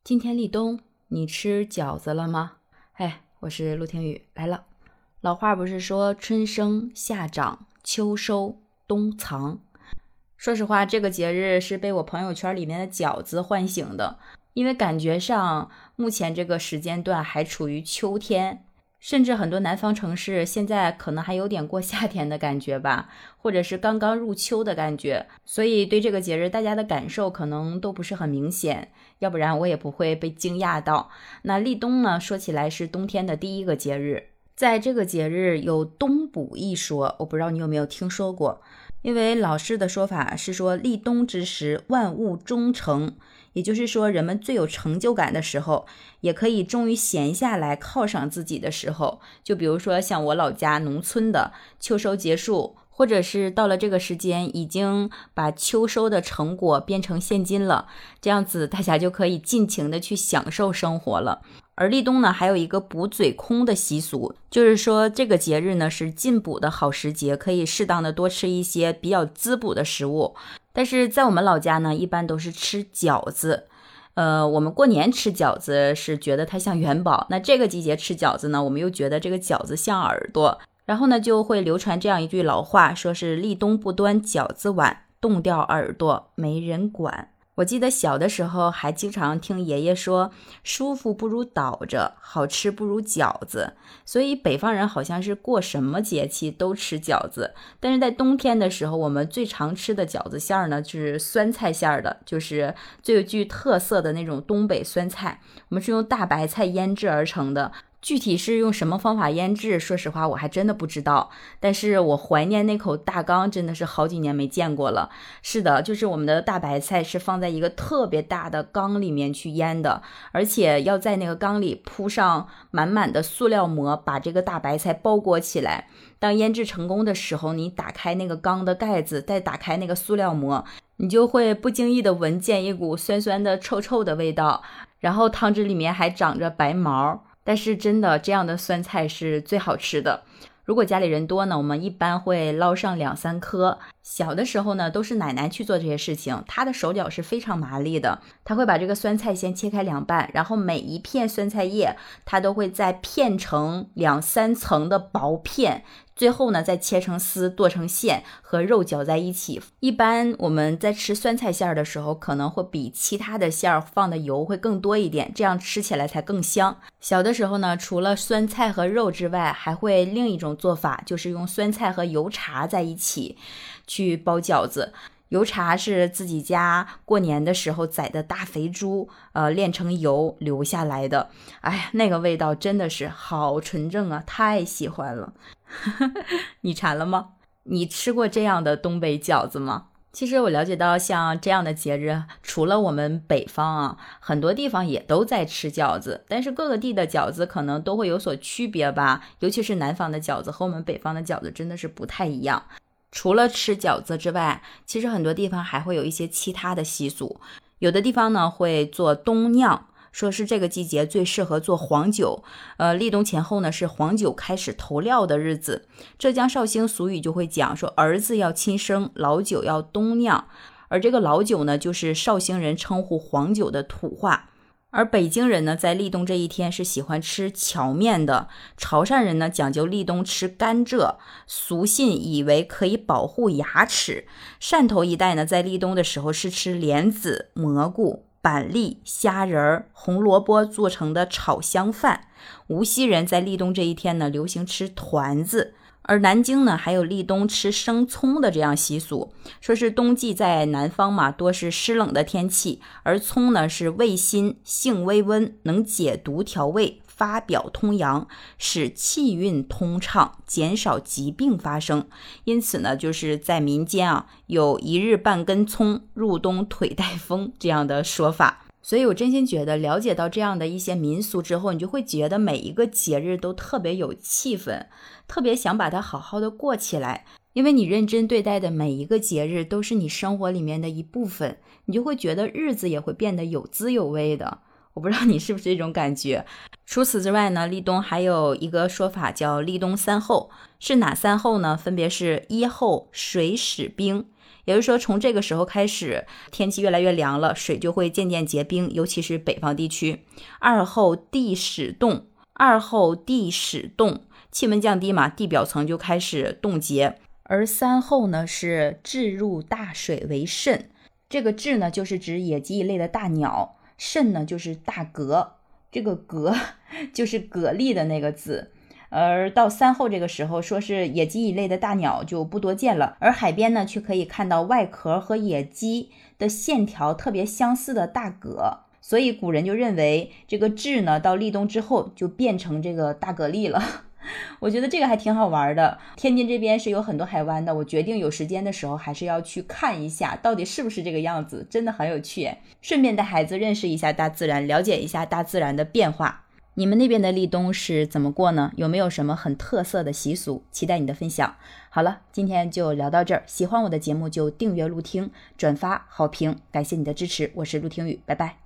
今天立冬，你吃饺子了吗？我是陆听雨来了。老话不是说春生夏长秋收冬藏？说实话，这个节日是被我朋友圈里面的饺子唤醒的，因为感觉上目前这个时间段还处于秋天，甚至很多南方城市现在可能还有点过夏天的感觉吧，或者是刚刚入秋的感觉，所以对这个节日大家的感受可能都不是很明显，要不然我也不会被惊讶到。那立冬呢，说起来是冬天的第一个节日，在这个节日有冬补一说，我不知道你有没有听说过。因为老师的说法是说，立冬之时万物终成，也就是说人们最有成就感的时候，也可以终于闲下来犒赏自己的时候。就比如说像我老家农村的秋收结束，或者是到了这个时间已经把秋收的成果变成现金了，这样子大家就可以尽情的去享受生活了。而立冬呢，还有一个补嘴空的习俗，就是说这个节日呢是进补的好时节，可以适当的多吃一些比较滋补的食物。但是在我们老家呢，一般都是吃饺子。我们过年吃饺子是觉得它像元宝，那这个季节吃饺子呢，我们又觉得这个饺子像耳朵。然后呢，就会流传这样一句老话，说是立冬不端饺子碗，冻掉耳朵没人管。我记得小的时候还经常听爷爷说，舒服不如倒着，好吃不如饺子。所以北方人好像是过什么节气都吃饺子，但是在冬天的时候，我们最常吃的饺子馅儿呢，就是酸菜馅儿的，就是最具特色的那种东北酸菜，我们是用大白菜腌制而成的。具体是用什么方法腌制，说实话我还真的不知道，但是我怀念那口大缸，真的是好几年没见过了。是的，就是我们的大白菜是放在一个特别大的缸里面去腌的，而且要在那个缸里铺上满满的塑料膜，把这个大白菜包裹起来。当腌制成功的时候，你打开那个缸的盖子，再打开那个塑料膜，你就会不经意的闻见一股酸酸的臭臭的味道，然后汤汁里面还长着白毛。但是真的，这样的酸菜是最好吃的。如果家里人多呢，我们一般会捞上2-3颗。小的时候呢，都是奶奶去做这些事情，她的手脚是非常麻利的。她会把这个酸菜先切开2半，然后每一片酸菜叶，她都会再片成2-3层的薄片，最后呢再切成丝，剁成馅，和肉搅在一起。一般我们在吃酸菜馅的时候，可能会比其他的馅放的油会更多一点，这样吃起来才更香。小的时候呢，除了酸菜和肉之外，还会另一种做法，就是用酸菜和油茶在一起去包饺子。油茶是自己家过年的时候宰的大肥猪炼成油留下来的。那个味道真的是好纯正啊，太喜欢了。你馋了吗？你吃过这样的东北饺子吗？其实我了解到，像这样的节日，除了我们北方啊，很多地方也都在吃饺子，但是各个地的饺子可能都会有所区别吧，尤其是南方的饺子和我们北方的饺子真的是不太一样。除了吃饺子之外，其实很多地方还会有一些其他的习俗。有的地方呢会做冬酿，说是这个季节最适合做黄酒。立冬前后呢是黄酒开始投料的日子。浙江绍兴俗语就会讲说，儿子要亲生，老酒要冬酿。而这个老酒呢，就是绍兴人称呼黄酒的土话。而北京人呢，在立冬这一天是喜欢吃荞面的。潮汕人呢，讲究立冬吃甘蔗，俗信以为可以保护牙齿。汕头一带呢，在立冬的时候是吃莲子、蘑菇、板栗、虾仁、红萝卜做成的炒香饭。无锡人在立冬这一天呢，流行吃团子。而南京呢，还有立冬吃生葱的这样习俗，说是冬季在南方嘛，多是湿冷的天气，而葱呢是味辛，性微温，能解毒调胃，发表通阳，使气运通畅，减少疾病发生。因此呢，就是在民间啊，有一日半根葱，入冬腿带风这样的说法。所以我真心觉得，了解到这样的一些民俗之后，你就会觉得每一个节日都特别有气氛，特别想把它好好的过起来。因为你认真对待的每一个节日都是你生活里面的一部分，你就会觉得日子也会变得有滋有味的。我不知道你是不是这种感觉。除此之外呢，立冬还有一个说法叫立冬3候，是哪3候呢？分别是1候水始冰， 也就是说，从这个时候开始，天气越来越凉了，水就会渐渐结冰，尤其是北方地区。二后地始冻，气温降低嘛，地表层就开始冻结。而三后呢是置入大水为甚，这个置呢就是指野鸡一类的大鸟，甚呢就是大蛤，这个蛤就是蛤蜊的那个字。而到三后这个时候，说是野鸡一类的大鸟就不多见了，而海边呢却可以看到外壳和野鸡的线条特别相似的大蛤，所以古人就认为这个雉呢到立冬之后就变成这个大蛤蜊了。我觉得这个还挺好玩的。天津这边是有很多海湾的，我决定有时间的时候还是要去看一下到底是不是这个样子，真的很有趣。顺便带孩子认识一下大自然，了解一下大自然的变化。你们那边的立冬是怎么过呢？有没有什么很特色的习俗？期待你的分享。好了，今天就聊到这儿。喜欢我的节目就订阅陆听，转发好评，感谢你的支持。我是陆听雨，拜拜。